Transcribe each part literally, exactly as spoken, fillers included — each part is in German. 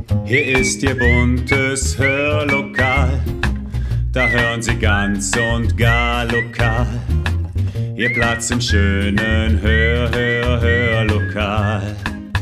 Hier ist Ihr buntes Hörlokal, da hören Sie ganz und gar lokal. Ihr Platz im schönen Hör, Hör, Hörlokal.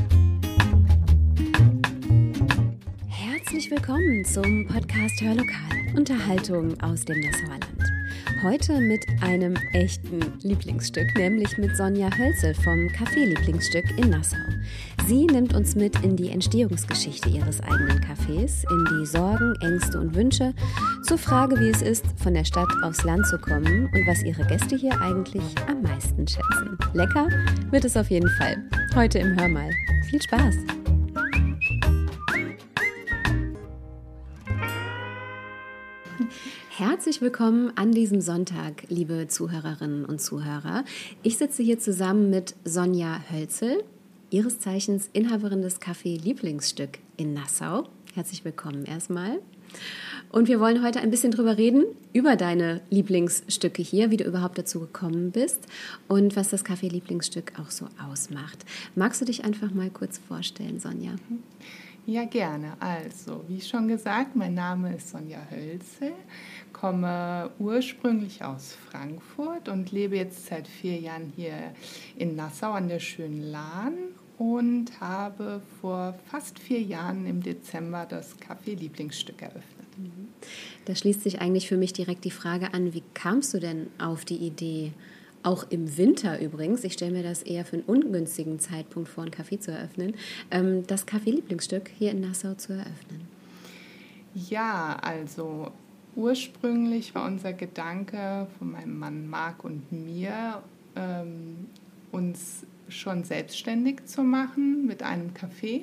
Herzlich willkommen zum Podcast Hörlokal, Unterhaltung aus dem Nassauer Land. Heute mit einem echten Lieblingsstück, nämlich mit Sonja Hölzel vom Café Lieblingsstück in Nassau. Sie nimmt uns mit in die Entstehungsgeschichte ihres eigenen Cafés, in die Sorgen, Ängste und Wünsche, zur Frage, wie es ist, von der Stadt aufs Land zu kommen und was ihre Gäste hier eigentlich am meisten schätzen. Lecker wird es auf jeden Fall. Heute im Hörmal. Viel Spaß! Herzlich willkommen an diesem Sonntag, liebe Zuhörerinnen und Zuhörer. Ich sitze hier zusammen mit Sonja Hölzel, ihres Zeichens Inhaberin des Café Lieblingsstück in Nassau. Herzlich willkommen erstmal. Und wir wollen heute ein bisschen drüber reden, über deine Lieblingsstücke hier, wie du überhaupt dazu gekommen bist und was das Café Lieblingsstück auch so ausmacht. Magst du dich einfach mal kurz vorstellen, Sonja? Ja, gerne. Also, wie schon gesagt, mein Name ist Sonja Hölzel, komme ursprünglich aus Frankfurt und lebe jetzt seit vier Jahren hier in Nassau an der schönen Lahn und habe vor fast vier Jahren im Dezember das Café Lieblingsstück eröffnet. Da schließt sich eigentlich für mich direkt die Frage an, wie kamst du denn auf die Idee, auch im Winter übrigens, ich stelle mir das eher für einen ungünstigen Zeitpunkt vor, ein Café zu eröffnen, das Café Lieblingsstück hier in Nassau zu eröffnen? Ja, also ursprünglich war unser Gedanke von meinem Mann Marc und mir, ähm, uns schon selbstständig zu machen mit einem Café,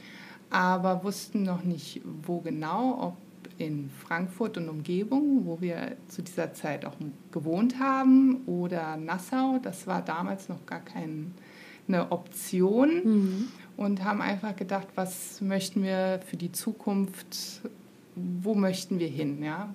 aber wussten noch nicht, wo genau, ob in Frankfurt und Umgebung, wo wir zu dieser Zeit auch gewohnt haben, oder Nassau. Das war damals noch gar keine Option. Mhm. Und haben einfach gedacht, was möchten wir für die Zukunft, wo möchten wir hin? Ja?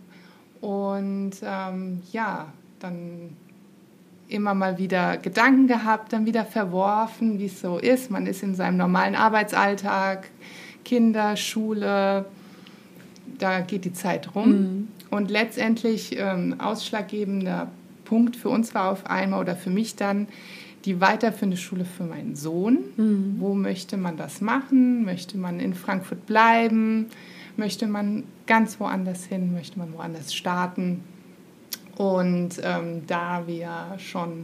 Und ähm, ja, dann immer mal wieder Gedanken gehabt, dann wieder verworfen, wie es so ist. Man ist in seinem normalen Arbeitsalltag, Kinder, Schule, da geht die Zeit rum. Mhm. Und letztendlich ähm, ausschlaggebender Punkt für uns war auf einmal oder für mich dann die weiterführende Schule für meinen Sohn. Mhm. Wo möchte man das machen? Möchte man in Frankfurt bleiben? Möchte man ganz woanders hin? Möchte man woanders starten? Und ähm, da wir schon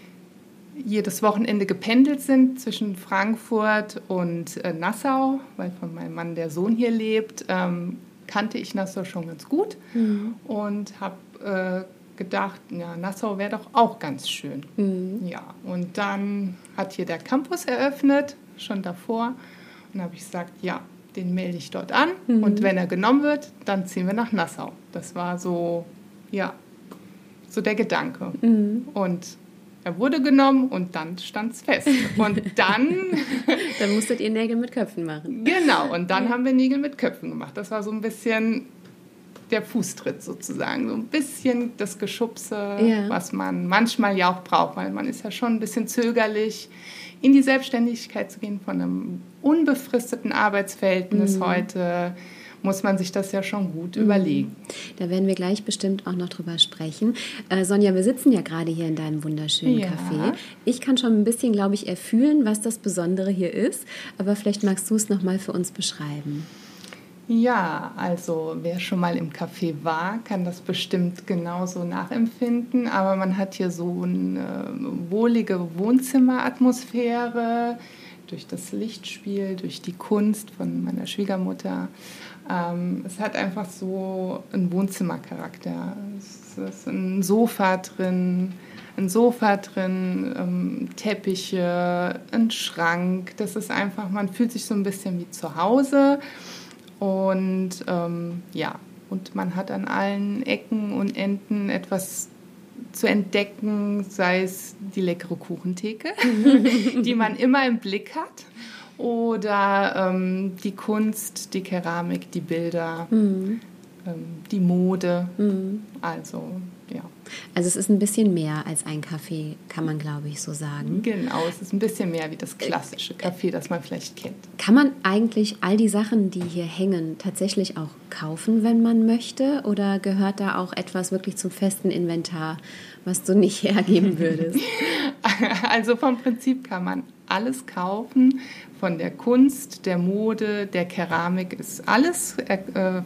jedes Wochenende gependelt sind zwischen Frankfurt und äh, Nassau, weil von meinem Mann der Sohn hier lebt, ähm, kannte ich Nassau schon ganz gut. Mhm. Und habe äh, gedacht, ja, Nassau wäre doch auch ganz schön. Mhm. Ja, und dann hat hier der Campus eröffnet, schon davor. Und habe ich gesagt, ja, den melde ich dort an. Mhm. Und wenn er genommen wird, dann ziehen wir nach Nassau. Das war so, ja, so der Gedanke. Mhm. Und er wurde genommen und dann stand es fest. Und dann... dann musstet ihr Nägel mit Köpfen machen. Genau, und dann ja. haben wir Nägel mit Köpfen gemacht. Das war so ein bisschen der Fußtritt sozusagen. So ein bisschen das Geschubse, ja. was man manchmal ja auch braucht. Weil man ist ja schon ein bisschen zögerlich, in die Selbstständigkeit zu gehen von einem unbefristeten Arbeitsverhältnis mhm. heute. Muss man sich das ja schon gut mhm. überlegen. Da werden wir gleich bestimmt auch noch drüber sprechen. Äh, Sonja, wir sitzen ja gerade hier in deinem wunderschönen ja. Café. Ich kann schon ein bisschen, glaube ich, erfühlen, was das Besondere hier ist. Aber vielleicht magst du es noch mal für uns beschreiben. Ja, also wer schon mal im Café war, kann das bestimmt genauso nachempfinden. Aber man hat hier so eine wohlige Wohnzimmeratmosphäre durch das Lichtspiel, durch die Kunst von meiner Schwiegermutter. Ähm, es hat einfach so einen Wohnzimmercharakter. Es ist ein Sofa drin, ein Sofa drin, ähm, Teppiche, ein Schrank. Das ist einfach, man fühlt sich so ein bisschen wie zu Hause. Und ähm, ja, und man hat an allen Ecken und Enden etwas zu entdecken, sei es die leckere Kuchentheke, die man immer im Blick hat, oder ähm, die Kunst, die Keramik, die Bilder, mhm. ähm, die Mode. Mhm. Also, ja. Also es ist ein bisschen mehr als ein Kaffee, kann man, glaube ich, so sagen. Genau, es ist ein bisschen mehr wie das klassische Kaffee, das man vielleicht kennt. Kann man eigentlich all die Sachen, die hier hängen, tatsächlich auch kaufen, wenn man möchte? Oder gehört da auch etwas wirklich zum festen Inventar, was du nicht hergeben würdest? Also vom Prinzip kann man alles kaufen. Von der Kunst, der Mode, der Keramik ist alles äh,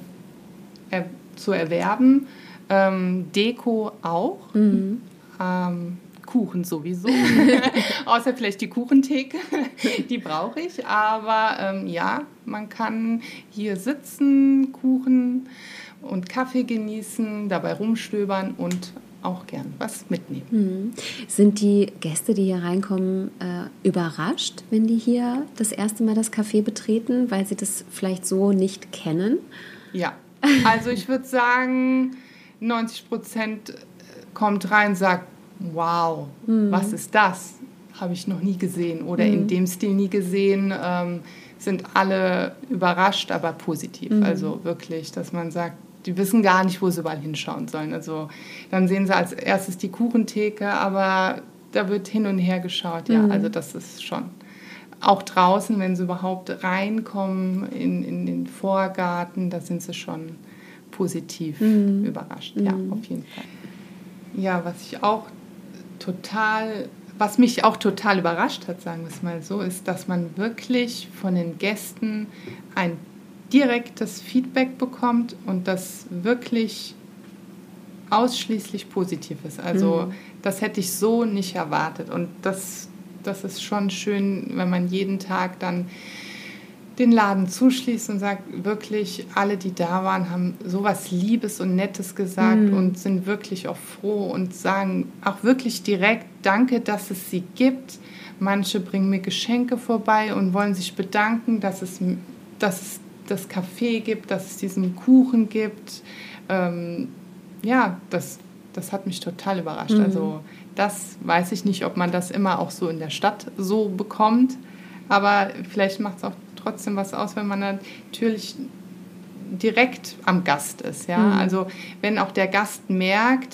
äh, zu erwerben. Ähm, Deko auch, mhm. ähm, Kuchen sowieso, außer vielleicht die Kuchentheke, die brauche ich, aber ähm, ja, man kann hier sitzen, Kuchen und Kaffee genießen, dabei rumstöbern und auch gern was mitnehmen. Mhm. Sind die Gäste, die hier reinkommen, äh, überrascht, wenn die hier das erste Mal das Café betreten, weil sie das vielleicht so nicht kennen? Ja, also ich würde sagen, neunzig Prozent kommt rein und sagt, wow, mhm. was ist das? Habe ich noch nie gesehen oder mhm. in dem Stil nie gesehen. Ähm, sind alle überrascht, aber positiv. Mhm. Also wirklich, dass man sagt, die wissen gar nicht, wo sie überall hinschauen sollen. Also dann sehen sie als erstes die Kuchentheke, aber da wird hin und her geschaut. Ja, mhm. also das ist schon. Auch draußen, wenn sie überhaupt reinkommen in, in den Vorgarten, da sind sie schon positiv mhm. überrascht, ja, mhm. auf jeden Fall. Ja, was ich auch total, was mich auch total überrascht hat, sagen wir es mal so, ist, dass man wirklich von den Gästen ein direktes Feedback bekommt und das wirklich ausschließlich positiv ist. Also mhm. das hätte ich so nicht erwartet und das, das ist schon schön, wenn man jeden Tag dann den Laden zuschließt und sagt, wirklich alle, die da waren, haben sowas Liebes und Nettes gesagt mhm. und sind wirklich auch froh und sagen auch wirklich direkt, danke, dass es sie gibt. Manche bringen mir Geschenke vorbei und wollen sich bedanken, dass es, dass es das Café gibt, dass es diesen Kuchen gibt. Ähm, ja, das, das hat mich total überrascht. Mhm. Also das weiß ich nicht, ob man das immer auch so in der Stadt so bekommt, aber vielleicht macht es auch trotzdem was aus, wenn man natürlich direkt am Gast ist. Ja? Mhm. Also wenn auch der Gast merkt,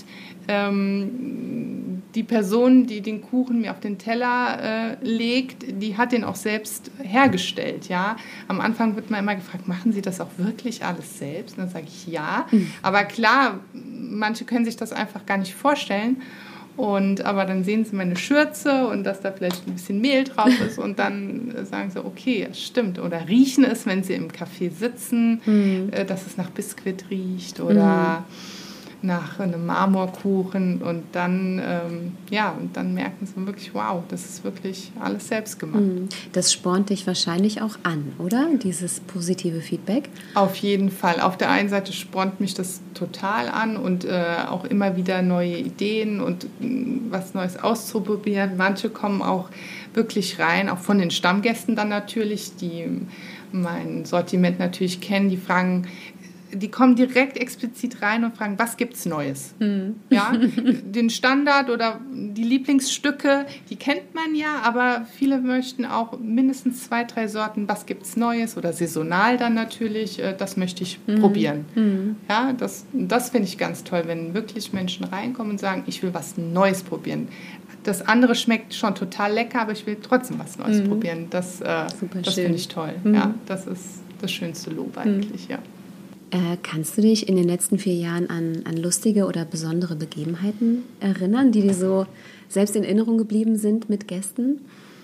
ähm, die Person, die den Kuchen mir auf den Teller äh, legt, die hat den auch selbst hergestellt. Ja? Am Anfang wird man immer gefragt, machen Sie das auch wirklich alles selbst? Und dann sage ich ja. Mhm. Aber klar, manche können sich das einfach gar nicht vorstellen. Und, aber dann sehen sie meine Schürze und dass da vielleicht ein bisschen Mehl drauf ist und dann sagen sie, okay, das stimmt. Oder riechen es, wenn sie im Café sitzen, mhm. äh, dass es nach Biskuit riecht oder mhm. nach einem Marmorkuchen. Und dann, ähm, ja, und dann merken sie wirklich, wow, das ist wirklich alles selbst gemacht. Mhm. Das spornt dich wahrscheinlich auch an, oder? Dieses positive Feedback? Auf jeden Fall. Auf der einen Seite spornt mich das total an und äh, auch immer wieder neue Ideen und äh, was Neues auszuprobieren. Manche kommen auch wirklich rein, auch von den Stammgästen dann natürlich, die mein Sortiment natürlich kennen, die fragen, die kommen direkt explizit rein und fragen, was gibt's Neues? Mhm. Ja, den Standard oder die Lieblingsstücke, die kennt man ja, aber viele möchten auch mindestens zwei, drei Sorten, was gibt's Neues oder saisonal dann natürlich, das möchte ich mhm. probieren. Mhm. Ja, das, das finde ich ganz toll, wenn wirklich Menschen reinkommen und sagen, ich will was Neues probieren. Das andere schmeckt schon total lecker, aber ich will trotzdem was Neues mhm. probieren. Das, äh, das finde ich toll. Mhm. Ja, das ist das schönste Lob eigentlich, mhm. ja. Äh, kannst du dich in den letzten vier Jahren an, an lustige oder besondere Begebenheiten erinnern, die dir so selbst in Erinnerung geblieben sind mit Gästen?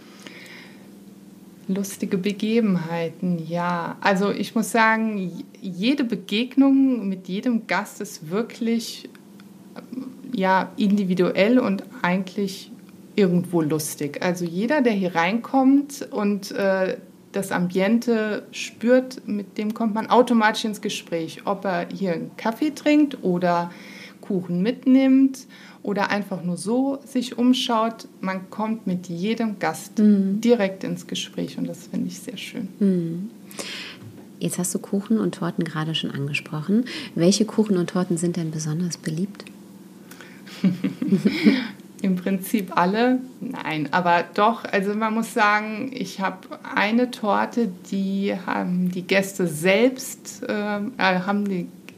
Lustige Begebenheiten, ja. Also ich muss sagen, jede Begegnung mit jedem Gast ist wirklich ja, individuell und eigentlich irgendwo lustig. Also jeder, der hier reinkommt und äh, das Ambiente spürt, mit dem kommt man automatisch ins Gespräch, ob er hier einen Kaffee trinkt oder Kuchen mitnimmt oder einfach nur so sich umschaut. Man kommt mit jedem Gast mhm. direkt ins Gespräch und das finde ich sehr schön. Mhm. Jetzt hast du Kuchen und Torten gerade schon angesprochen. Welche Kuchen und Torten sind denn besonders beliebt? Im Prinzip alle. Nein, aber doch, also man muss sagen, ich habe eine Torte, die haben die Gäste selbst, äh, haben, die,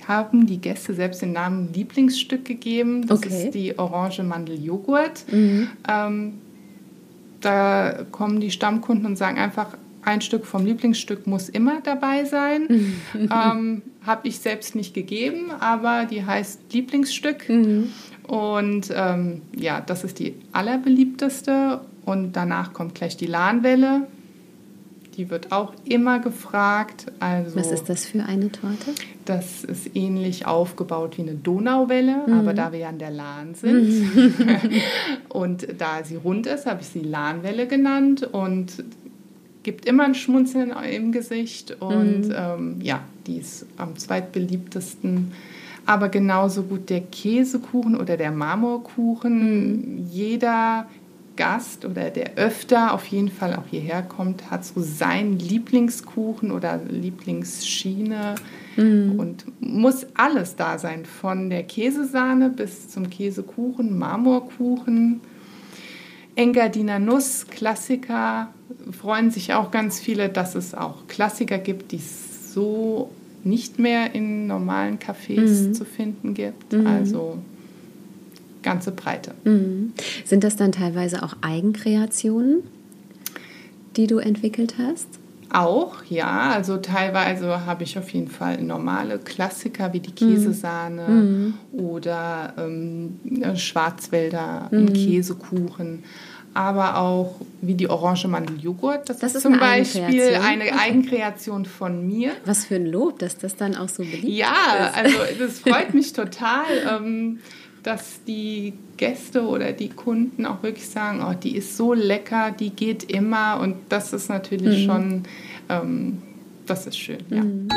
haben die Gäste selbst den Namen Lieblingsstück gegeben. Das Okay. ist die Orange Mandel-Joghurt. Mhm. Ähm, da kommen die Stammkunden und sagen einfach, ein Stück vom Lieblingsstück muss immer dabei sein. ähm, Habe ich selbst nicht gegeben, aber die heißt Lieblingsstück. Mhm. Und ähm, ja, das ist die allerbeliebteste. Und danach kommt gleich die Lahnwelle. Die wird auch immer gefragt. Also, Was ist das für eine Torte? das ist ähnlich aufgebaut wie eine Donauwelle, Mhm. aber da wir ja an der Lahn sind und da sie rund ist, habe ich sie Lahnwelle genannt und gibt immer ein Schmunzeln im Gesicht und Mhm. ähm, ja, die ist am zweitbeliebtesten. Aber genauso gut der Käsekuchen oder der Marmorkuchen. Mhm. Jeder Gast oder der öfter auf jeden Fall auch hierher kommt, hat so seinen Lieblingskuchen oder Lieblingsschiene Mhm. und muss alles da sein, von der Käsesahne bis zum Käsekuchen, Marmorkuchen, Engadiner Nuss, Klassiker. Freuen sich auch ganz viele, dass es auch Klassiker gibt, die es so nicht mehr in normalen Cafés Mhm. zu finden gibt. Mhm. Also ganze Breite. Mhm. Sind das dann teilweise auch Eigenkreationen, die du entwickelt hast? Auch, ja. Also teilweise habe ich auf jeden Fall normale Klassiker wie die Käsesahne Mhm. oder ähm, Schwarzwälder, Mhm. Käsekuchen. Aber auch wie die Orange Mandel-Joghurt. Das, Das ist ist zum eine Beispiel Eigenkreation? eine Okay. Eigenkreation von mir. Was für ein Lob, dass das dann auch so beliebt Ja, ist. also das freut mich total, ähm, dass die Gäste oder die Kunden auch wirklich sagen, oh, die ist so lecker, die geht immer. Und das ist natürlich Mhm. schon, ähm, das ist schön, ja. Mhm.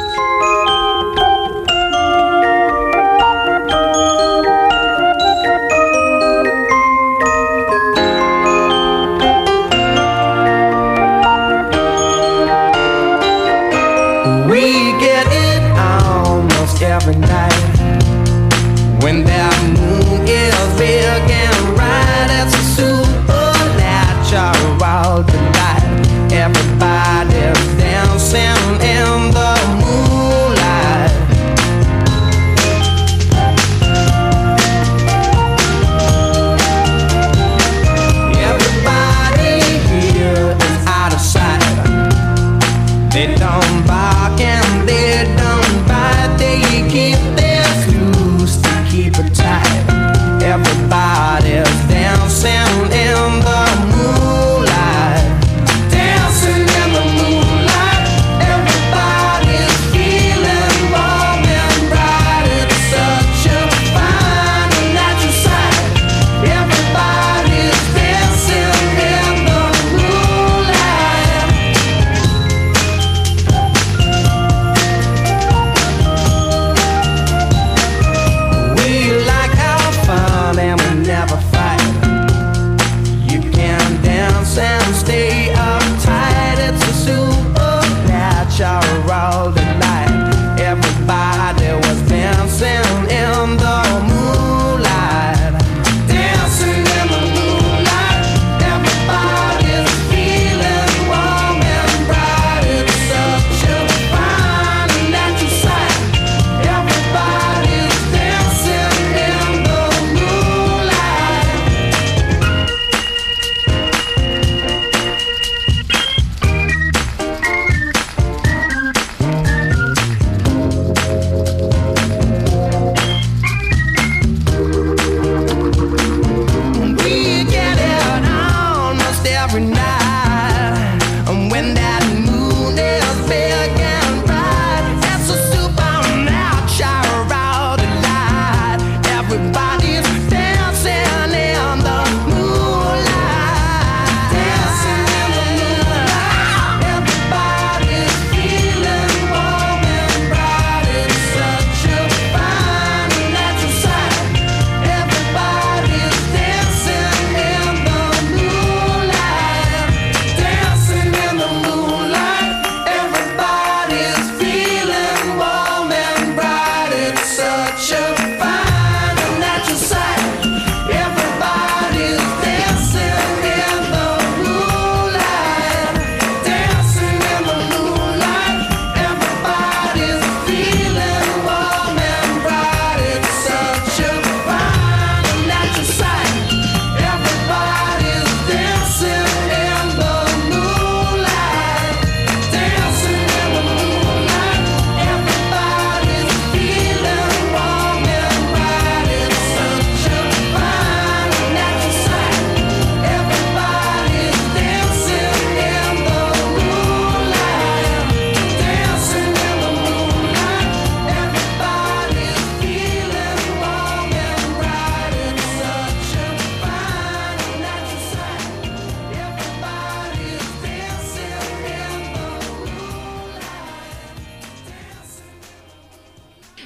We get it almost every night when that moon is big and bright. It's a supernatural delight. Everybody's dancing in the moonlight. Everybody here is out of sight. They don't bark and they don't bite. They keep their screws to keep it tight. Everybody's dancing in the moonlight. Dancing in the moonlight. Everybody's feeling warm and bright. It's such a fine and natural sight. Everybody's dancing in the moonlight.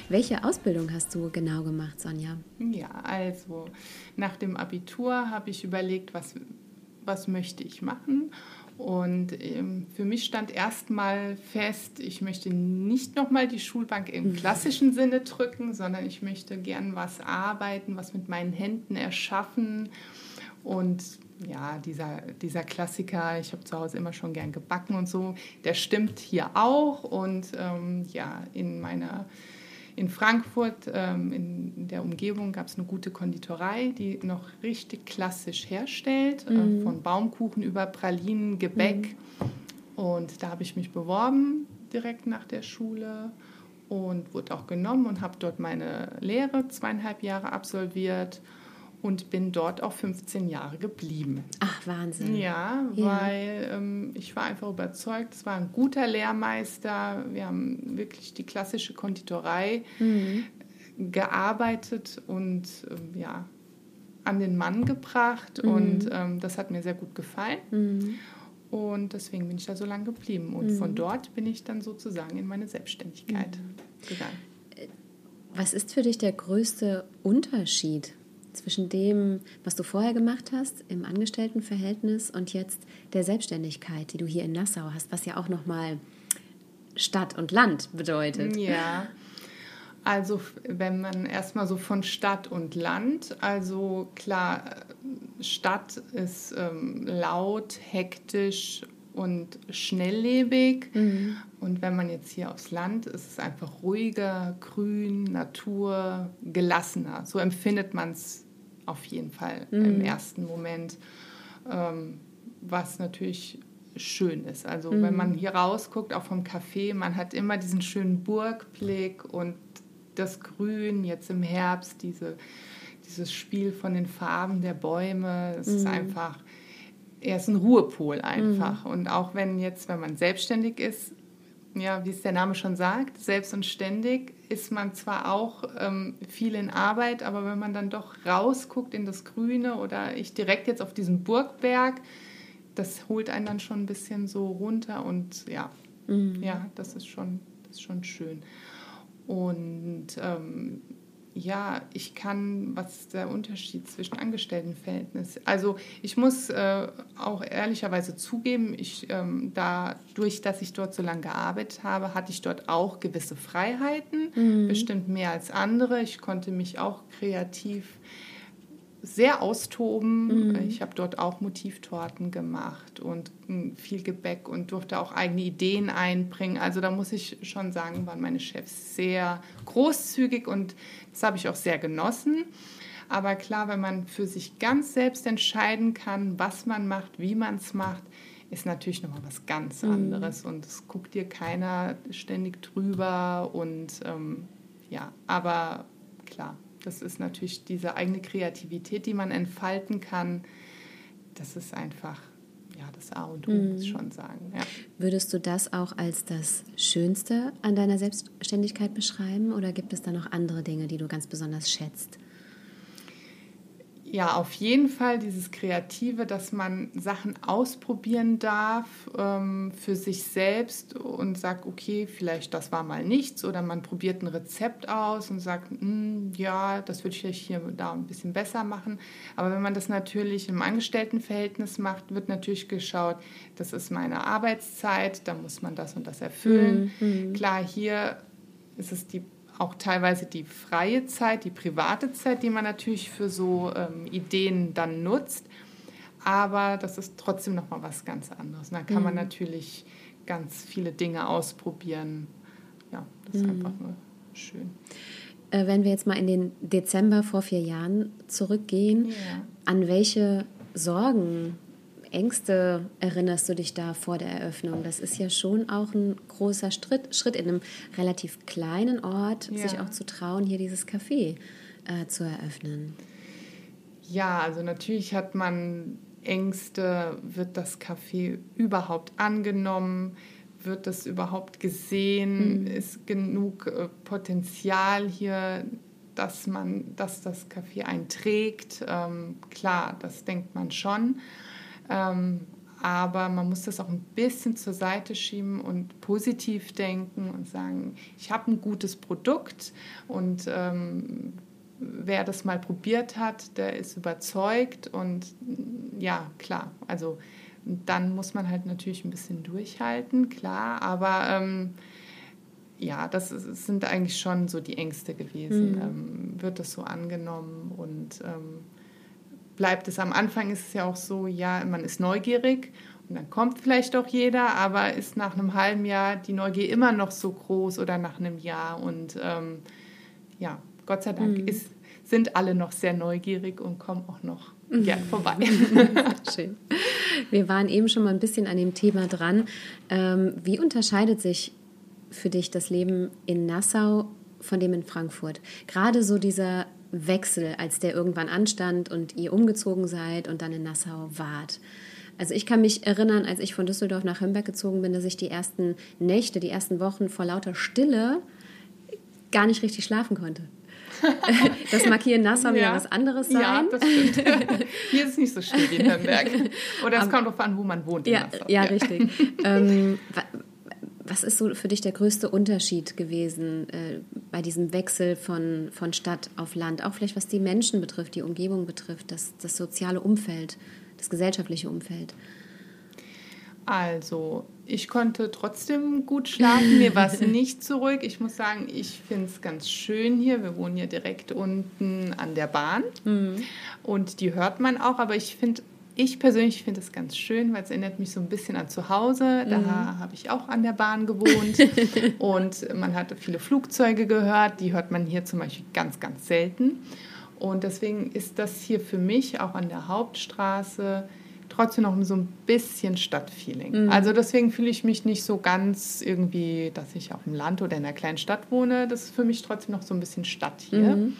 Welche Ausbildung hast du genau gemacht, Sonja? Ja, also nach dem Abitur habe ich überlegt, was, was möchte ich machen. Und ähm, für mich stand erstmal fest, ich möchte nicht nochmal die Schulbank im klassischen Sinne drücken, sondern ich möchte gern was arbeiten, was mit meinen Händen erschaffen. Und ja, dieser, dieser Klassiker, ich habe zu Hause immer schon gern gebacken und so, der stimmt hier auch. Und ähm, ja, in meiner... In Frankfurt, ähm, in der Umgebung, gab es eine gute Konditorei, die noch richtig klassisch herstellt, mhm. äh, von Baumkuchen über Pralinen, Gebäck. Mhm. Und da habe ich mich beworben, direkt nach der Schule, und wurde auch genommen und habe dort meine Lehre zweieinhalb Jahre absolviert und bin dort auch fünfzehn Jahre geblieben. Ach, Wahnsinn. Ja, ja. weil ähm, ich war einfach überzeugt, es war ein guter Lehrmeister. Wir haben wirklich die klassische Konditorei mhm. gearbeitet und ähm, ja, an den Mann gebracht. Mhm. Und ähm, das hat mir sehr gut gefallen. Mhm. Und deswegen bin ich da so lange geblieben. Und mhm. von dort bin ich dann sozusagen in meine Selbstständigkeit mhm. gegangen. Was ist für dich der größte Unterschied zwischen dem, was du vorher gemacht hast im Angestelltenverhältnis und jetzt der Selbstständigkeit, die du hier in Nassau hast, was ja auch nochmal Stadt und Land bedeutet? Ja, also wenn man erstmal so von Stadt und Land, also klar, Stadt ist ähm, laut, hektisch und schnelllebig. Mhm. Und wenn man jetzt hier aufs Land ist, ist es einfach ruhiger, grün, Natur, gelassener. So empfindet man es auf jeden Fall mhm. im ersten Moment, ähm, was natürlich schön ist. Also mhm. wenn man hier rausguckt, auch vom Café, man hat immer diesen schönen Burgblick und das Grün, jetzt im Herbst, diese, dieses Spiel von den Farben der Bäume, es mhm. ist einfach, er ist ein Ruhepol einfach. Mhm. Und auch wenn jetzt, wenn man selbstständig ist, ja, wie es der Name schon sagt, selbst und ständig, ist man zwar auch ähm, viel in Arbeit, aber wenn man dann doch rausguckt in das Grüne oder ich direkt jetzt auf diesen Burgberg, das holt einen dann schon ein bisschen so runter und ja, mhm. ja, das ist schon, das ist schon schön. Und ähm, ja, ich kann, was ist der Unterschied zwischen Angestelltenverhältnis? Also ich muss äh, auch ehrlicherweise zugeben, ich, ähm, dadurch, dass ich dort so lange gearbeitet habe, hatte ich dort auch gewisse Freiheiten, mhm. bestimmt mehr als andere. Ich konnte mich auch kreativ sehr austoben. Mhm. Ich habe dort auch Motivtorten gemacht und viel Gebäck und durfte auch eigene Ideen einbringen. Also da muss ich schon sagen, waren meine Chefs sehr großzügig und das habe ich auch sehr genossen. Aber klar, wenn man für sich ganz selbst entscheiden kann, was man macht, wie man es macht, ist natürlich nochmal was ganz anderes. Mhm. Und es guckt dir keiner ständig drüber. Und ähm, ja, aber klar, das ist natürlich diese eigene Kreativität, die man entfalten kann. Das ist einfach, ja, das A und O, mhm. muss ich schon sagen. Ja. Würdest du das auch als das Schönste an deiner Selbstständigkeit beschreiben oder gibt es da noch andere Dinge, die du ganz besonders schätzt? Ja, auf jeden Fall dieses Kreative, dass man Sachen ausprobieren darf ähm, für sich selbst und sagt, okay, vielleicht das war mal nichts oder man probiert ein Rezept aus und sagt, ja, das würde ich hier da ein bisschen besser machen. Aber wenn man das natürlich im Angestelltenverhältnis macht, wird natürlich geschaut, das ist meine Arbeitszeit, da muss man das und das erfüllen. Mhm. Klar, hier ist es die auch teilweise die freie Zeit, die private Zeit, die man natürlich für so ähm, Ideen dann nutzt. Aber das ist trotzdem nochmal was ganz anderes. Und da kann mhm. man natürlich ganz viele Dinge ausprobieren. Ja, das ist mhm. einfach nur schön. Äh, wenn wir jetzt mal in den Dezember vor vier Jahren zurückgehen, ja. an welche Sorgen, Ängste erinnerst du dich da vor der Eröffnung? Das ist ja schon auch ein großer Schritt, Schritt in einem relativ kleinen Ort, ja. sich auch zu trauen, hier dieses Café äh, zu eröffnen. Ja, also natürlich hat man Ängste, wird das Café überhaupt angenommen? Wird das überhaupt gesehen? Mhm. Ist genug äh, Potenzial hier, dass man, dass das Café einen trägt? Ähm, klar, das denkt man schon. Ähm, Aber man muss das auch ein bisschen zur Seite schieben und positiv denken und sagen, ich habe ein gutes Produkt und ähm, wer das mal probiert hat, der ist überzeugt. Und ja, klar, also dann muss man halt natürlich ein bisschen durchhalten, klar. Aber ähm, ja, das ist, sind eigentlich schon so die Ängste gewesen. Mhm. Ähm, wird das so angenommen und ähm, bleibt es am Anfang, ist es ja auch so, ja, man ist neugierig und dann kommt vielleicht auch jeder, aber ist nach einem halben Jahr die Neugier immer noch so groß oder nach einem Jahr und ähm, ja, Gott sei Dank mhm. ist, sind alle noch sehr neugierig und kommen auch noch mhm. gern vorbei. Schön. Wir waren eben schon mal ein bisschen an dem Thema dran. Ähm, wie unterscheidet sich für dich das Leben in Nassau von dem in Frankfurt? Gerade so dieser Wechsel, als der irgendwann anstand und ihr umgezogen seid und dann in Nassau wart. Also ich kann mich erinnern, als ich von Düsseldorf nach Hömberg gezogen bin, dass ich die ersten Nächte, die ersten Wochen vor lauter Stille gar nicht richtig schlafen konnte. Das mag hier in Nassau ja. wieder was anderes sein. Ja, das stimmt. Hier ist es nicht so still wie in Hömberg. Oder es kommt darauf an, wo man wohnt in ja, Nassau. Ja, ja. richtig. ähm, Was ist so für dich der größte Unterschied gewesen äh, bei diesem Wechsel von, von Stadt auf Land? Auch vielleicht was die Menschen betrifft, die Umgebung betrifft, das, das soziale Umfeld, das gesellschaftliche Umfeld. Also, ich konnte trotzdem gut schlafen. Mir war es nicht so ruhig. Ich muss sagen, ich finde es ganz schön hier. Wir wohnen hier direkt unten an der Bahn. Mhm. Und die hört man auch. Aber ich finde Ich persönlich finde es ganz schön, weil es erinnert mich so ein bisschen an zu Hause. Da mhm. habe ich auch an der Bahn gewohnt und man hatte viele Flugzeuge gehört. Die hört man hier zum Beispiel ganz, ganz selten. Und deswegen ist das hier für mich auch an der Hauptstraße trotzdem noch so ein bisschen Stadtfeeling. Mhm. Also deswegen fühle ich mich nicht so ganz irgendwie, dass ich auf dem Land oder in einer kleinen Stadt wohne. Das ist für mich trotzdem noch so ein bisschen Stadt hier. Mhm.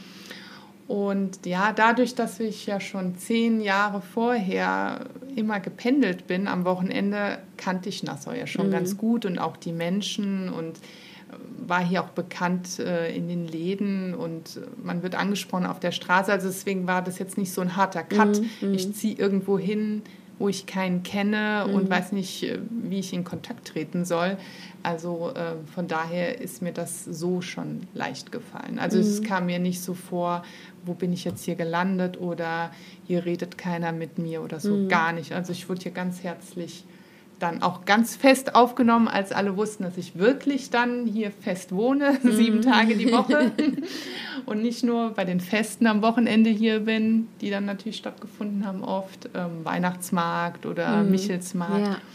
Und ja, dadurch, dass ich ja schon zehn Jahre vorher immer gependelt bin, am Wochenende kannte ich Nassau ja schon mhm. ganz gut und auch die Menschen und war hier auch bekannt äh, in den Läden und man wird angesprochen auf der Straße. Also deswegen war das jetzt nicht so ein harter Cut. Mhm. Ich ziehe irgendwo hin, wo ich keinen kenne mhm. und weiß nicht, wie ich in Kontakt treten soll. Also äh, von daher ist mir das so schon leicht gefallen. Also mhm. es kam mir nicht so vor, wo bin ich jetzt hier gelandet oder hier redet keiner mit mir oder so, mhm. gar nicht. Also ich wurde hier ganz herzlich dann auch ganz fest aufgenommen, als alle wussten, dass ich wirklich dann hier fest wohne, mhm. sieben Tage die Woche und nicht nur bei den Festen am Wochenende hier bin, die dann natürlich stattgefunden haben oft, ähm, Weihnachtsmarkt oder mhm. Michelsmarkt. Ja.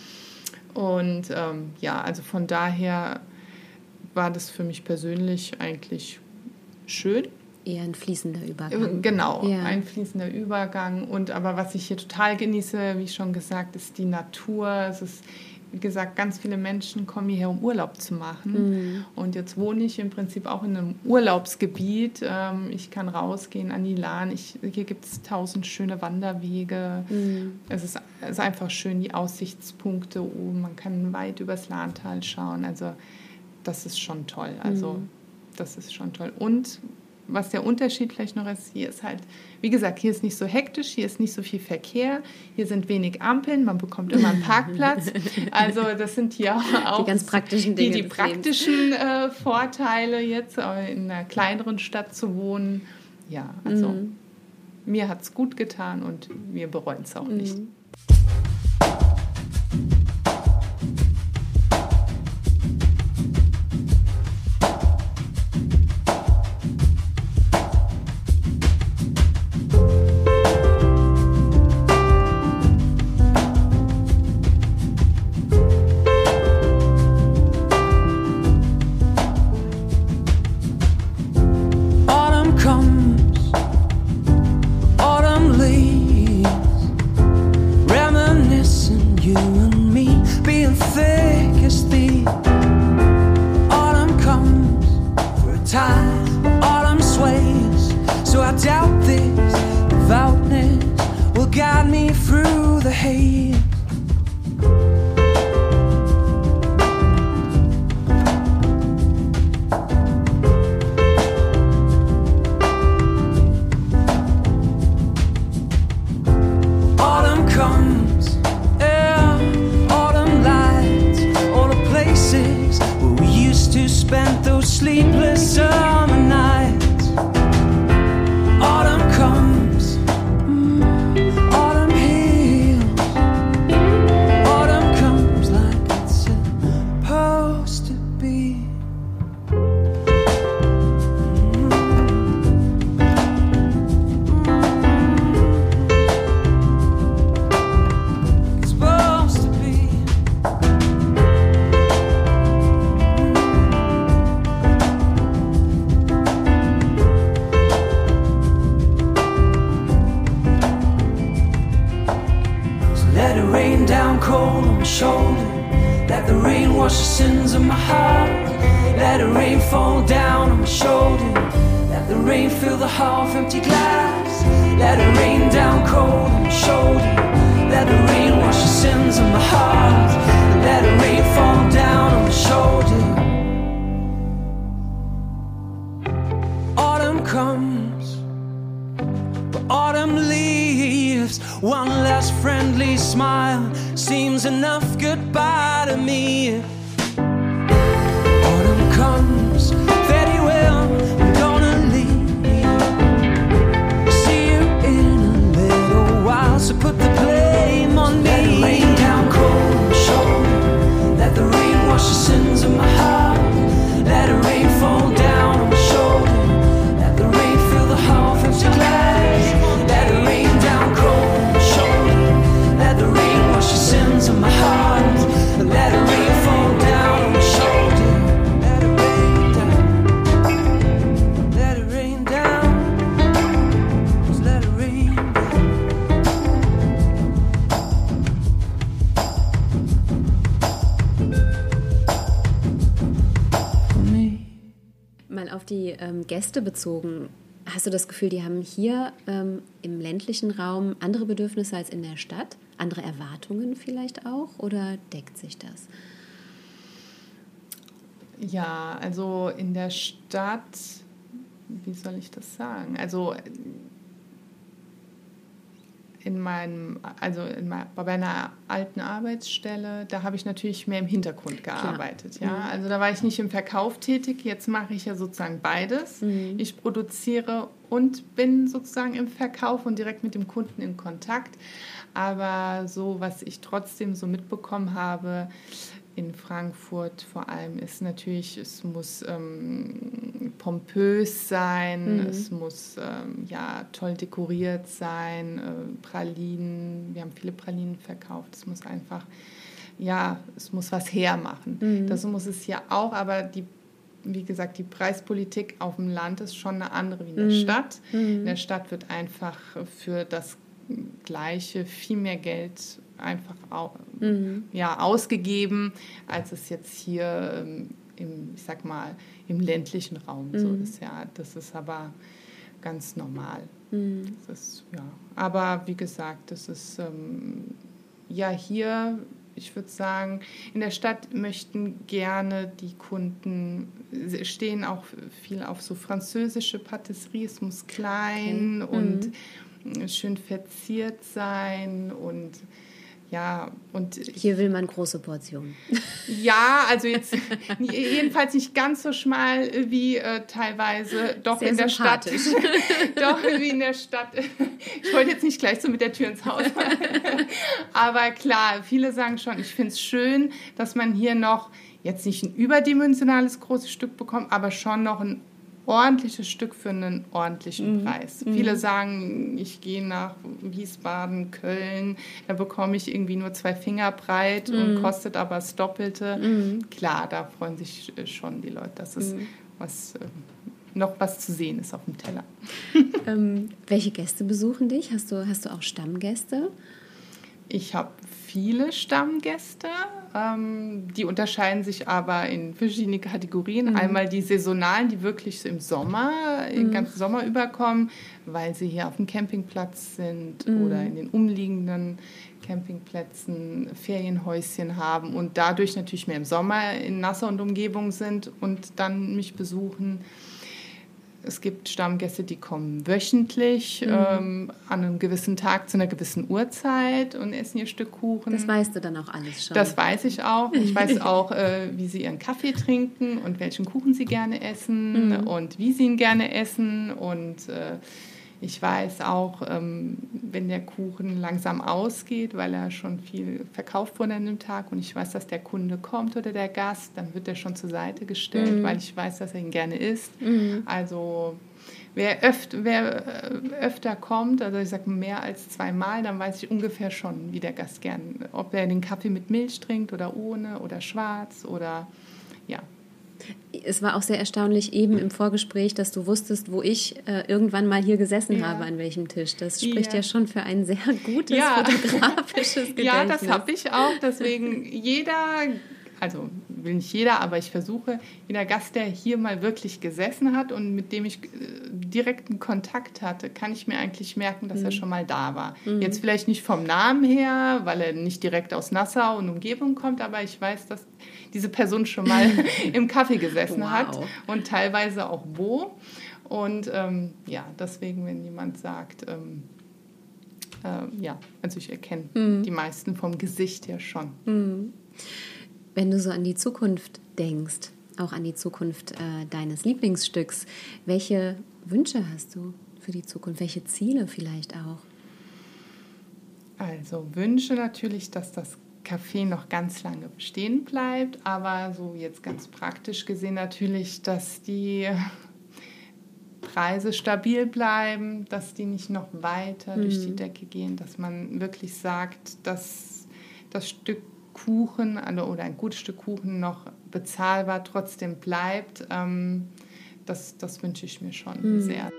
Und ähm, ja, also von daher war das für mich persönlich eigentlich schön. Eher ein fließender Übergang. Genau, ja. ein fließender Übergang. Und aber was ich hier total genieße, wie schon gesagt, ist die Natur. Es ist, wie gesagt, ganz viele Menschen kommen hierher, um Urlaub zu machen. Mhm. Und jetzt wohne ich im Prinzip auch in einem Urlaubsgebiet. Ich kann rausgehen an die Lahn. Ich, hier gibt es tausend schöne Wanderwege. Mhm. Es ist, es ist einfach schön, die Aussichtspunkte oben. Man kann weit übers Lahntal schauen. Also das ist schon toll. Also mhm. das ist schon toll. Und was der Unterschied vielleicht noch ist, hier ist halt, wie gesagt, hier ist nicht so hektisch, hier ist nicht so viel Verkehr, hier sind wenig Ampeln, man bekommt immer einen Parkplatz. Also das sind hier auch die ganz praktischen Dinge. Die, die praktischen äh, Vorteile jetzt, in einer kleineren Stadt zu wohnen. Ja, also mhm. mir hat es gut getan und wir bereuen es auch mhm. nicht. sleepless summer nights. Autumn comes, mm, autumn heals. Autumn comes like it's supposed to be. Cold on my shoulder, let the rain wash the sins of my heart. Let the rain fall down on my shoulder, let the rain fill the half empty glass. Let it rain down cold on my shoulder, let the rain wash the sins of my heart. Let the rain fall down on my shoulder. Autumn comes, but autumn leaves. One last friendly smile seems enough goodbye to me. Autumn comes, very well, I'm gonna leave. See you in a little while, so put the blame on me. Let the rain down cold on my shoulder, let the rain wash the sins of my heart. Let the rain fall down on my shoulder, let the rain fill the half empty glass. Let the rain down cold on my shoulder, let the rain wash the sins of my heart. Let it rain fall down on my shoulder. Let it rain down. Let it rain down. Just let it rain down. For me. Mal auf die ähm, Gäste bezogen. Hast du das Gefühl, die haben hier ähm, im ländlichen Raum andere Bedürfnisse als in der Stadt? Andere Erwartungen vielleicht auch? Oder deckt sich das? Ja, also in der Stadt, wie soll ich das sagen? Also in meinem, also in mein, bei meiner alten Arbeitsstelle, da habe ich natürlich mehr im Hintergrund gearbeitet. Ja? Mhm. Also da war ich nicht im Verkauf tätig. Jetzt mache ich ja sozusagen beides. Mhm. Ich produziere und bin sozusagen im Verkauf und direkt mit dem Kunden in Kontakt. Aber so, was ich trotzdem so mitbekommen habe in Frankfurt vor allem, ist natürlich, es muss ähm, pompös sein, mhm. es muss ähm, ja, toll dekoriert sein, äh, Pralinen, wir haben viele Pralinen verkauft, es muss einfach, ja, es muss was hermachen. Mhm. Das muss es hier auch, aber die, wie gesagt, die Preispolitik auf dem Land ist schon eine andere wie in der mhm. Stadt. Mhm. In der Stadt wird einfach für das Gleiche viel mehr Geld einfach auch, mhm. ja, ausgegeben, als es jetzt hier ähm, im, ich sag mal, im ländlichen Raum mhm. so ist. Ja, das ist aber ganz normal. Mhm. Das ist, ja. Aber wie gesagt, das ist ähm, ja hier, ich würde sagen, in der Stadt möchten gerne die Kunden, stehen auch viel auf so französische Patisserie, es muss klein okay. und mhm. schön verziert sein und ja, und hier will man große Portionen. Ja, also jetzt jedenfalls nicht ganz so schmal wie äh, teilweise doch Sehr in der Stadt. Doch wie in der Stadt. Ich wollte jetzt nicht gleich so mit der Tür ins Haus fallen. Aber klar, viele sagen schon, ich finde es schön, dass man hier noch jetzt nicht ein überdimensionales großes Stück bekommt, aber schon noch ein ordentliches Stück für einen ordentlichen mhm. Preis. Mhm. Viele sagen, ich gehe nach Wiesbaden, Köln, da bekomme ich irgendwie nur zwei Finger breit mhm. und kostet aber das Doppelte. Mhm. Klar, da freuen sich schon die Leute, dass es mhm. was, äh, noch was zu sehen ist auf dem Teller. Ähm, welche Gäste besuchen dich? Hast du, hast du auch Stammgäste? Ich habe viele Stammgäste, ähm, die unterscheiden sich aber in verschiedene Kategorien. Mhm. Einmal die saisonalen, die wirklich so im Sommer, mhm. den ganzen Sommer überkommen, weil sie hier auf dem Campingplatz sind mhm. oder in den umliegenden Campingplätzen Ferienhäuschen haben und dadurch natürlich mehr im Sommer in Nassau und Umgebung sind und dann mich besuchen. es gibt Stammgäste, die kommen wöchentlich mhm. ähm, an einem gewissen Tag zu einer gewissen Uhrzeit und essen ihr Stück Kuchen. Das weißt du dann auch alles schon. Das weiß ich auch. Ich weiß auch, äh, wie sie ihren Kaffee trinken und welchen Kuchen sie gerne essen mhm. und wie sie ihn gerne essen. Und äh, ich weiß auch, ähm, wenn der Kuchen langsam ausgeht, weil er schon viel verkauft wurde an dem Tag und ich weiß, dass der Kunde kommt oder der Gast, dann wird er schon zur Seite gestellt, mhm. weil ich weiß, dass er ihn gerne isst. Mhm. Also wer, öft, wer öfter kommt, also ich sage mehr als zweimal, dann weiß ich ungefähr schon, wie der Gast gern, ob er den Kaffee mit Milch trinkt oder ohne oder schwarz oder ja. Es war auch sehr erstaunlich eben im Vorgespräch, dass du wusstest, wo ich äh, irgendwann mal hier gesessen ja. habe, an welchem Tisch. Das spricht ja, ja schon für ein sehr gutes ja. fotografisches Gedächtnis. Ja, das habe ich auch. Deswegen jeder, also will nicht jeder, aber ich versuche, jeder Gast, der hier mal wirklich gesessen hat und mit dem ich äh, direkten Kontakt hatte, kann ich mir eigentlich merken, dass mhm. er schon mal da war. Mhm. Jetzt vielleicht nicht vom Namen her, weil er nicht direkt aus Nassau und Umgebung kommt, aber ich weiß, dass diese Person schon mal im Kaffee gesessen wow. hat und teilweise auch wo. Und ähm, ja, deswegen, wenn jemand sagt, ähm, äh, ja, also ich erkenne mhm. die meisten vom Gesicht her schon. Mhm. Wenn du so an die Zukunft denkst, auch an die Zukunft äh, deines Lieblingsstücks, welche Wünsche hast du für die Zukunft? Welche Ziele vielleicht auch? Also Wünsche natürlich, dass das Café noch ganz lange bestehen bleibt, aber so jetzt ganz praktisch gesehen natürlich, dass die Preise stabil bleiben, dass die nicht noch weiter mhm. durch die Decke gehen, dass man wirklich sagt, dass das Stück Kuchen oder ein gutes Stück Kuchen noch bezahlbar trotzdem bleibt. Ähm, das, das wünsche ich mir schon mhm. sehr.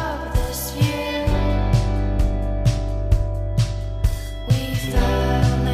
Fell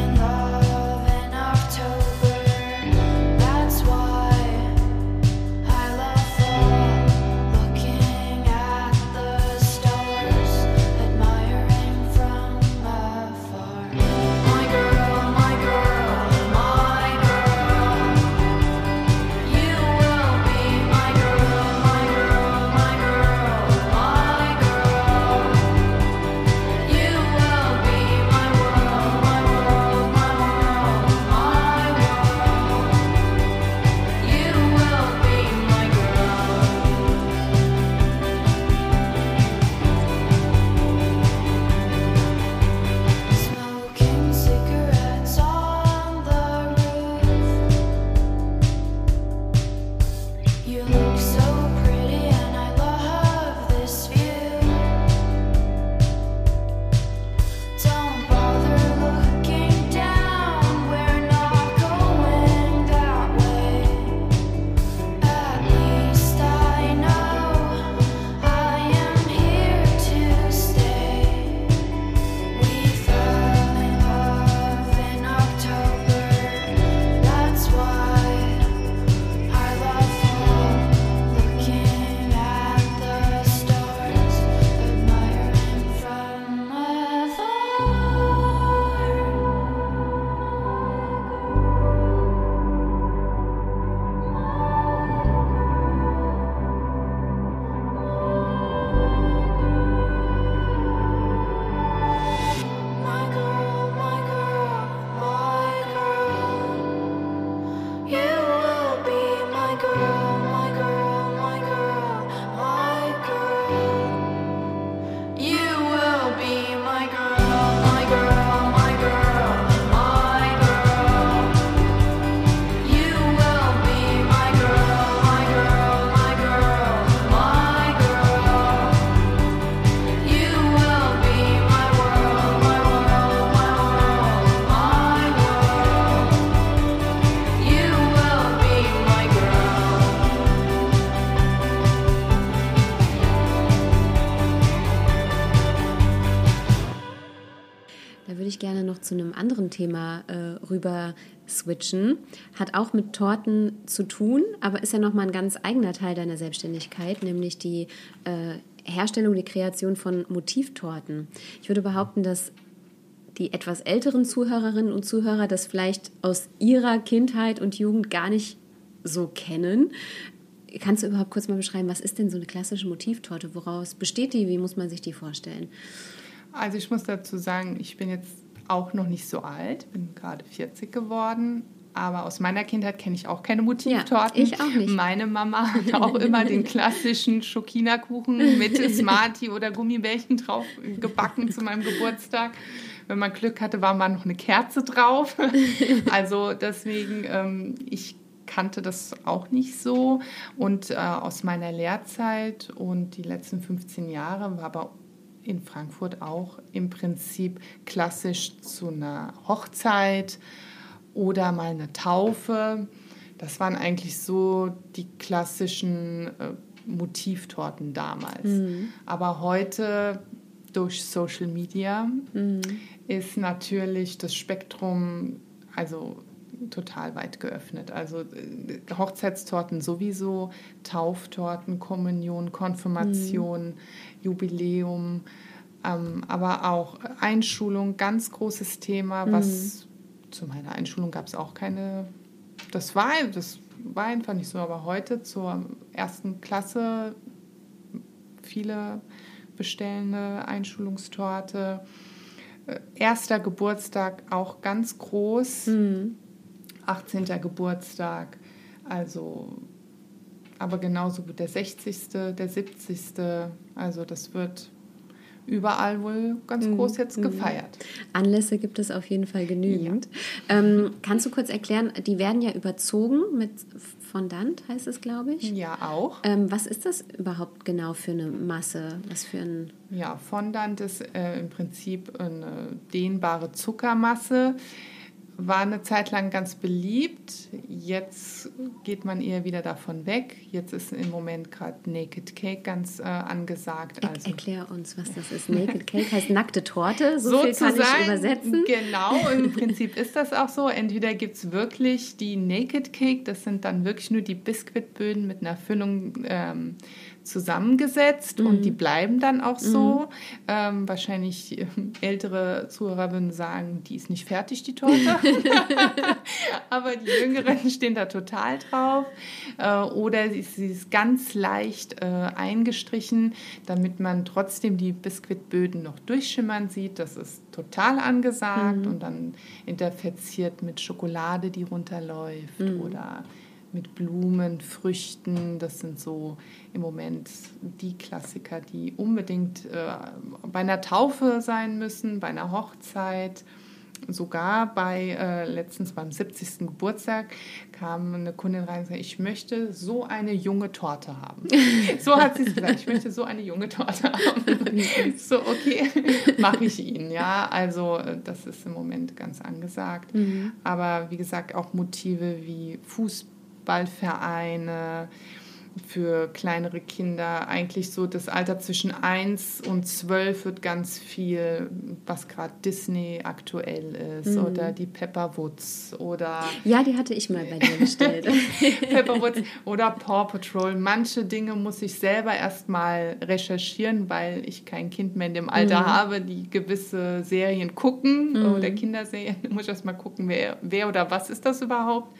gerne noch zu einem anderen Thema äh, rüber switchen. Hat auch mit Torten zu tun, aber ist ja nochmal ein ganz eigener Teil deiner Selbstständigkeit, nämlich die äh, Herstellung, die Kreation von Motivtorten. Ich würde behaupten, dass die etwas älteren Zuhörerinnen und Zuhörer das vielleicht aus ihrer Kindheit und Jugend gar nicht so kennen. Kannst du überhaupt kurz mal beschreiben, was ist denn so eine klassische Motivtorte? Woraus besteht die? Wie muss man sich die vorstellen? Also ich muss dazu sagen, ich bin jetzt auch noch nicht so alt, bin gerade vierzig geworden, aber aus meiner Kindheit kenne ich auch keine Motivtorten. Ja, ich auch nicht. Meine Mama hat auch immer den klassischen Schokina-Kuchen mit Smarty oder Gummibärchen drauf gebacken zu meinem Geburtstag. Wenn man Glück hatte, war mal noch eine Kerze drauf. Also deswegen, ähm, ich kannte das auch nicht so. Und äh, aus meiner Lehrzeit und die letzten fünfzehn Jahre war aber in Frankfurt auch im Prinzip klassisch zu einer Hochzeit oder mal eine Taufe. Das waren eigentlich so die klassischen äh, Motivtorten damals. Mhm. Aber heute durch Social Media mhm. ist natürlich das Spektrum also total weit geöffnet. Also äh, Hochzeitstorten sowieso, Tauftorten, Kommunion, Konfirmation, mhm. Jubiläum, ähm, aber auch Einschulung, ganz großes Thema, mhm. was zu meiner Einschulung gab es auch keine, das war, das war einfach nicht so, aber heute zur ersten Klasse viele bestellende Einschulungstorte, äh, erster Geburtstag auch ganz groß, mhm. achtzehnter Geburtstag, also aber genauso gut der sechzigste, der siebzigste, also das wird überall wohl ganz groß jetzt gefeiert. Anlässe gibt es auf jeden Fall genügend. Ja. Ähm, kannst du kurz erklären, die werden ja überzogen mit Fondant, heißt es, glaube ich? Ja, auch. Ähm, was ist das überhaupt genau für eine Masse? Was für ein... Ja, Fondant ist äh, im Prinzip eine dehnbare Zuckermasse. War eine Zeit lang ganz beliebt. Jetzt geht man eher wieder davon weg. Jetzt ist im Moment gerade Naked Cake ganz äh, angesagt. Also, erklär uns, was das ist. Naked Cake heißt nackte Torte. So so viel kann ich übersetzen. Genau, im Prinzip ist das auch so. Entweder gibt es wirklich die Naked Cake, das sind dann wirklich nur die Biskuitböden mit einer Füllung ähm, zusammengesetzt mhm. und die bleiben dann auch so. Mhm. Ähm, wahrscheinlich äh, ältere Zuhörer würden sagen, die ist nicht fertig, die Torte. Aber die Jüngeren stehen da total drauf. Äh, oder sie, sie ist ganz leicht äh, eingestrichen, damit man trotzdem die Biskuitböden noch durchschimmern sieht. Das ist total angesagt mhm. und dann interverziert mit Schokolade, die runterläuft mhm. oder mit Blumen, Früchten. Das sind so im Moment die Klassiker, die unbedingt äh, bei einer Taufe sein müssen, bei einer Hochzeit. Sogar bei, äh, letztens beim siebzigsten Geburtstag kam eine Kundin rein und sagte, ich möchte so eine junge Torte haben. So hat sie es gesagt, ich möchte so eine junge Torte haben. So, okay, mache ich Ihnen. Ja, also das ist im Moment ganz angesagt. Mhm. Aber wie gesagt, auch Motive wie Fußballvereine, für kleinere Kinder, eigentlich so das Alter zwischen eins und zwölf wird ganz viel, was gerade Disney aktuell ist mhm. oder die Pepper Woods oder... Ja, die hatte ich mal bei dir bestellt. Pepper Woods oder Paw Patrol. Manche Dinge muss ich selber erstmal recherchieren, weil ich kein Kind mehr in dem Alter mhm. habe, die gewisse Serien gucken mhm. oder Kinderserien. Da muss ich erstmal gucken, wer, wer oder was ist das überhaupt.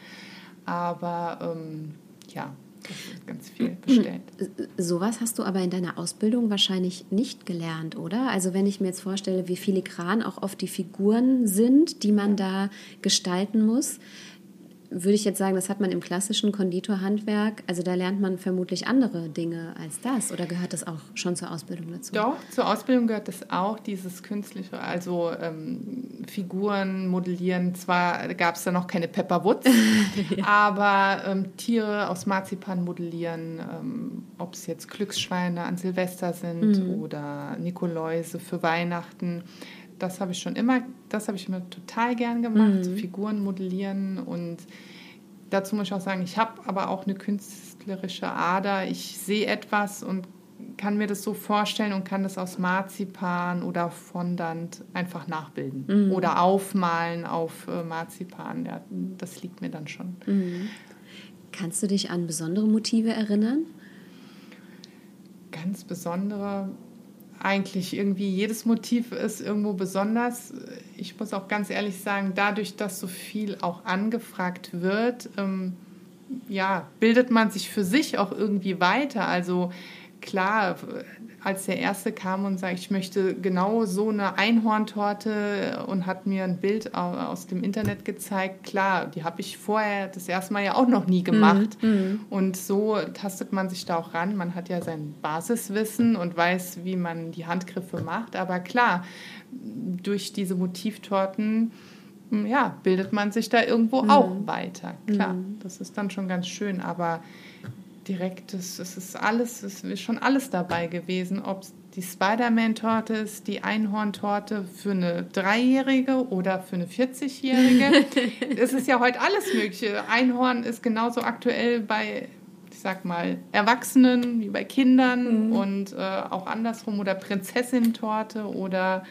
Aber ähm, ja... Das ist ganz viel bestellt. Sowas hast du aber in deiner Ausbildung wahrscheinlich nicht gelernt, oder? Also wenn ich mir jetzt vorstelle, wie filigran auch oft die Figuren sind, die man da gestalten muss, würde ich jetzt sagen, das hat man im klassischen Konditorhandwerk, also da lernt man vermutlich andere Dinge als das, oder gehört das auch schon zur Ausbildung dazu? Doch, zur Ausbildung gehört das auch, dieses künstliche, also ähm, Figuren modellieren. Zwar gab es da noch keine Pepper Woods, ja. aber ähm, Tiere aus Marzipan modellieren, ähm, ob es jetzt Glücksschweine an Silvester sind mhm. oder Nikoläuse für Weihnachten. Das habe ich schon immer, das habe ich immer total gern gemacht, mhm. so Figuren modellieren. Und dazu muss ich auch sagen, ich habe aber auch eine künstlerische Ader. Ich sehe etwas und kann mir das so vorstellen und kann das aus Marzipan oder Fondant einfach nachbilden. Mhm. Oder aufmalen auf äh, Marzipan. Ja, das liegt mir dann schon. Mhm. Kannst du dich an besondere Motive erinnern? Ganz besondere... Eigentlich irgendwie jedes Motiv ist irgendwo besonders. Ich muss auch ganz ehrlich sagen, dadurch, dass so viel auch angefragt wird, ähm, ja, bildet man sich für sich auch irgendwie weiter. Also klar, als der Erste kam und sagte, ich möchte genau so eine Einhorntorte und hat mir ein Bild aus dem Internet gezeigt, klar, die habe ich vorher das erste Mal ja auch noch nie gemacht. Mhm. Und so tastet man sich da auch ran. Man hat ja sein Basiswissen und weiß, wie man die Handgriffe macht. Aber klar, durch diese Motivtorten, ja, bildet man sich da irgendwo mhm. auch weiter. Klar, mhm. das ist dann schon ganz schön, aber direkt, es ist alles, es ist schon alles dabei gewesen, ob es die Spider-Man-Torte ist, die Einhorn-Torte für eine Dreijährige oder für eine vierzigjährige. Es ist ja heute alles Mögliche. Einhorn ist genauso aktuell bei, ich sag mal, Erwachsenen wie bei Kindern mhm. und äh, auch andersrum. Oder Prinzessin-Torte oder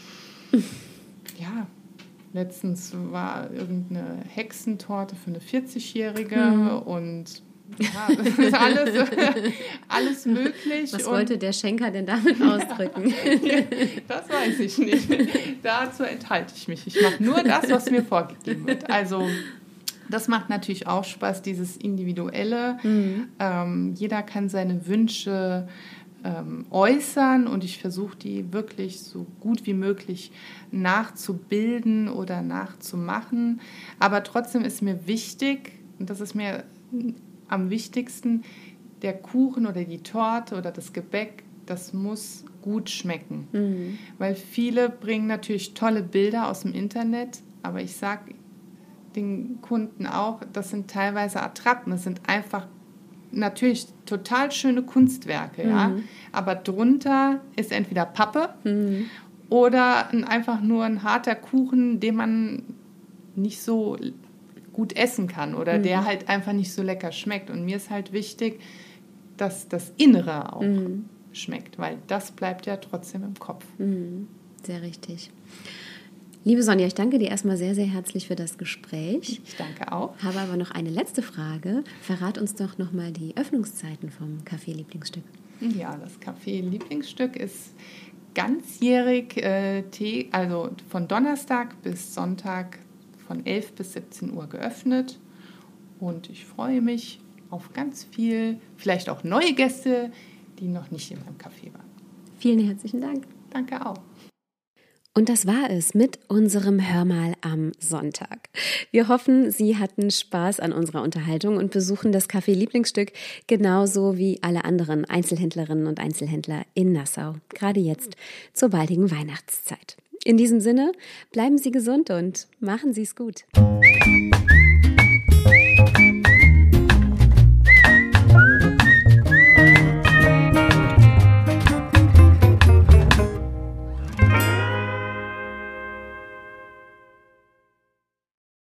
ja, letztens war irgendeine Hexentorte für eine vierzigjährige mhm. und ja, das ist alles, alles möglich. Was wollte und der Schenker denn damit ausdrücken? Das weiß ich nicht. Dazu enthalte ich mich. Ich mache nur das, was mir vorgegeben wird. Also das macht natürlich auch Spaß, dieses Individuelle. Mhm. Ähm, jeder kann seine Wünsche ähm, äußern und ich versuche, die wirklich so gut wie möglich nachzubilden oder nachzumachen. Aber trotzdem ist mir wichtig, und das ist mir am wichtigsten, der Kuchen oder die Torte oder das Gebäck, das muss gut schmecken. Mhm. Weil viele bringen natürlich tolle Bilder aus dem Internet, aber ich sage den Kunden auch, das sind teilweise Attrappen, das sind einfach natürlich total schöne Kunstwerke, mhm. ja, aber drunter ist entweder Pappe mhm. oder ein, einfach nur ein harter Kuchen, den man nicht so gut essen kann oder mhm. der halt einfach nicht so lecker schmeckt. Und mir ist halt wichtig, dass das Innere auch mhm. schmeckt, weil das bleibt ja trotzdem im Kopf. Mhm. Sehr richtig. Liebe Sonja, ich danke dir erstmal sehr, sehr herzlich für das Gespräch. Ich danke auch. Habe aber noch eine letzte Frage. Verrat uns doch nochmal die Öffnungszeiten vom Café Lieblingsstück. Ja, das Café Lieblingsstück ist ganzjährig, äh, Tee, also von Donnerstag bis Sonntag von elf bis siebzehn Uhr geöffnet und ich freue mich auf ganz viel, vielleicht auch neue Gäste, die noch nicht in meinem Café waren. Vielen herzlichen Dank. Danke auch. Und das war es mit unserem Hörmal am Sonntag. Wir hoffen, Sie hatten Spaß an unserer Unterhaltung und besuchen das Café Lieblingsstück genauso wie alle anderen Einzelhändlerinnen und Einzelhändler in Nassau, gerade jetzt zur baldigen Weihnachtszeit. In diesem Sinne, bleiben Sie gesund und machen Sie es gut.